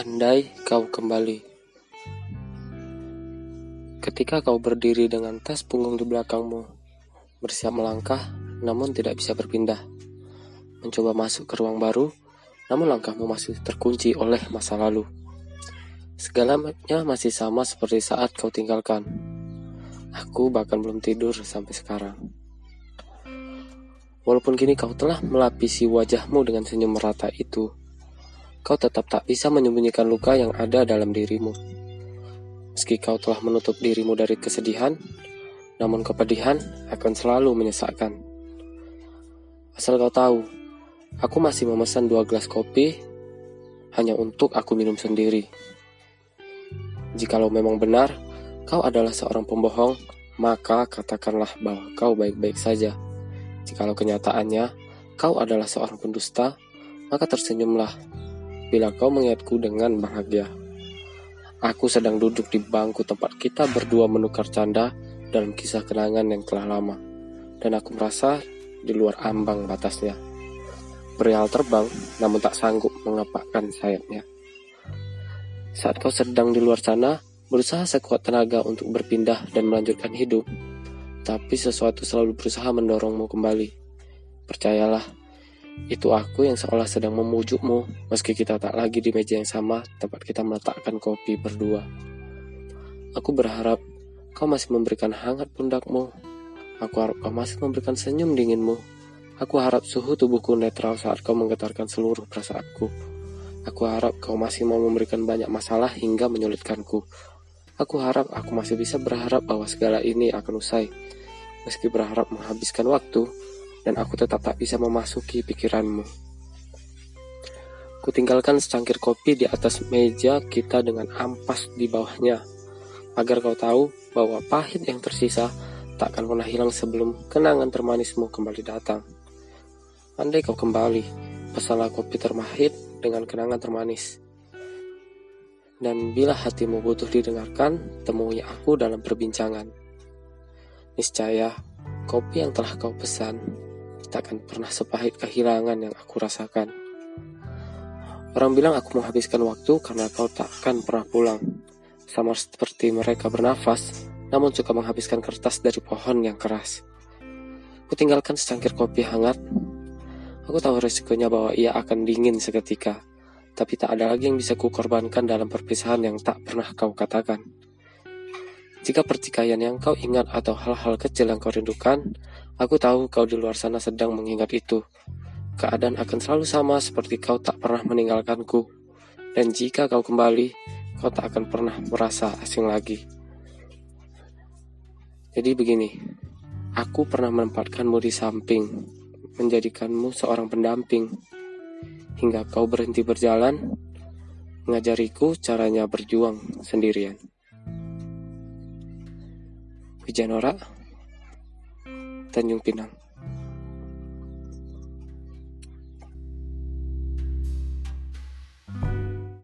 Andai kau kembali. Ketika kau berdiri dengan tas punggung di belakangmu, bersiap melangkah, namun tidak bisa berpindah. Mencoba masuk ke ruang baru, namun langkahmu masih terkunci oleh masa lalu. Segalanya masih sama seperti saat kau tinggalkan. Aku bahkan belum tidur sampai sekarang. Walaupun kini kau telah melapisi wajahmu dengan senyum merata itu, kau tetap tak bisa menyembunyikan luka yang ada dalam dirimu. Meski kau telah menutup dirimu dari kesedihan, namun kepedihan akan selalu menyesakkan. Asal kau tahu, aku masih memesan 2 gelas kopi hanya untuk aku minum sendiri. Jikalau memang benar, kau adalah seorang pembohong, maka katakanlah bahwa kau baik-baik saja. Jikalau kenyataannya, kau adalah seorang pendusta, maka tersenyumlah bila kau mengingatku dengan bahagia. Aku sedang duduk di bangku tempat kita berdua menukar canda dalam kisah kenangan yang telah lama, dan aku merasa di luar ambang batasnya. Perihal terbang, namun tak sanggup mengepakkan sayapnya. Saat kau sedang di luar sana, berusaha sekuat tenaga untuk berpindah dan melanjutkan hidup, tapi sesuatu selalu berusaha mendorongmu kembali. Percayalah, itu aku yang seolah sedang memujukmu, meski kita tak lagi di meja yang sama tempat kita meletakkan kopi berdua. Aku berharap kau masih memberikan hangat pundakmu. Aku harap kau masih memberikan senyum dinginmu. Aku harap suhu tubuhku netral saat kau menggetarkan seluruh perasaanku. Aku harap kau masih mau memberikan banyak masalah hingga menyulitkanku. Aku harap aku masih bisa berharap bahwa segala ini akan usai. Meski berharap menghabiskan waktu, dan aku tetap tak bisa memasuki pikiranmu. Kutinggalkan secangkir kopi di atas meja kita dengan ampas di bawahnya, agar kau tahu bahwa pahit yang tersisa tak akan pernah hilang sebelum kenangan termanismu kembali datang. Andai kau kembali, pesanlah kopi terpahit dengan kenangan termanis. Dan bila hatimu butuh didengarkan, temui aku dalam perbincangan. Niscaya, kopi yang telah kau pesan takkan pernah sepahit kehilangan yang aku rasakan. Orang bilang aku menghabiskan waktu karena kau takkan pernah pulang. Sama seperti mereka bernafas, namun suka menghabiskan kertas dari pohon yang keras. Kutinggalkan secangkir kopi hangat. Aku tahu resikonya bahwa ia akan dingin seketika, tapi tak ada lagi yang bisa kukorbankan dalam perpisahan yang tak pernah kau katakan. Jika pertikaian yang kau ingat atau hal-hal kecil yang kau rindukan, aku tahu kau di luar sana sedang mengingat itu. Keadaan akan selalu sama seperti kau tak pernah meninggalkanku. Dan jika kau kembali, kau tak akan pernah merasa asing lagi. Jadi begini, aku pernah menempatkanmu di samping, menjadikanmu seorang pendamping, hingga kau berhenti berjalan, mengajariku caranya berjuang sendirian. Wijanora, Tanjung Pinang.